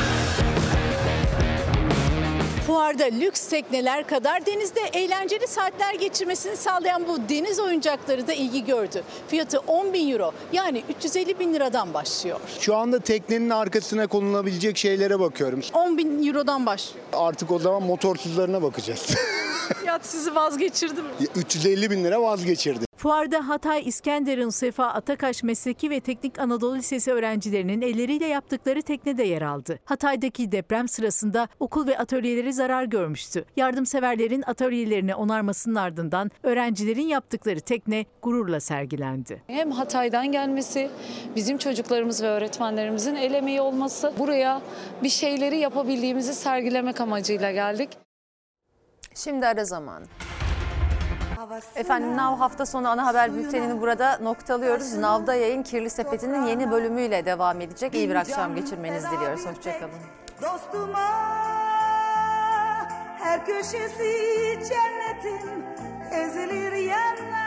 Fuarda lüks tekneler kadar denizde eğlenceli saatler geçirmesini sağlayan bu deniz oyuncakları da ilgi gördü. Fiyatı on bin euro yani üç yüz elli bin liradan başlıyor. Şu anda teknenin arkasına konulabilecek şeylere bakıyorum. on bin eurodan başlıyor. Artık o zaman motorsuzlarına bakacağız. Fiyat sizi vazgeçirdi mi? üç yüz elli bin lira vazgeçirdi. Fuarda Hatay İskenderun Sefa Atakaş Mesleki ve Teknik Anadolu Lisesi öğrencilerinin elleriyle yaptıkları tekne de yer aldı. Hatay'daki deprem sırasında okul ve atölyeleri zarar görmüştü. Yardımseverlerin atölyelerini onarmasının ardından öğrencilerin yaptıkları tekne gururla sergilendi. Hem Hatay'dan gelmesi, bizim çocuklarımız ve öğretmenlerimizin el emeği olması, buraya bir şeyleri yapabildiğimizi sergilemek amacıyla geldik. Şimdi ara zamanı. Efendim Nav hafta sonu ana haber bültenini burada noktalıyoruz. Nav'da yayın Kirli Sepeti'nin yeni bölümüyle devam edecek. İyi bir akşam geçirmenizi diliyoruz. Hoşçakalın. Dostuma her köşesi cennetin ezilir yerler.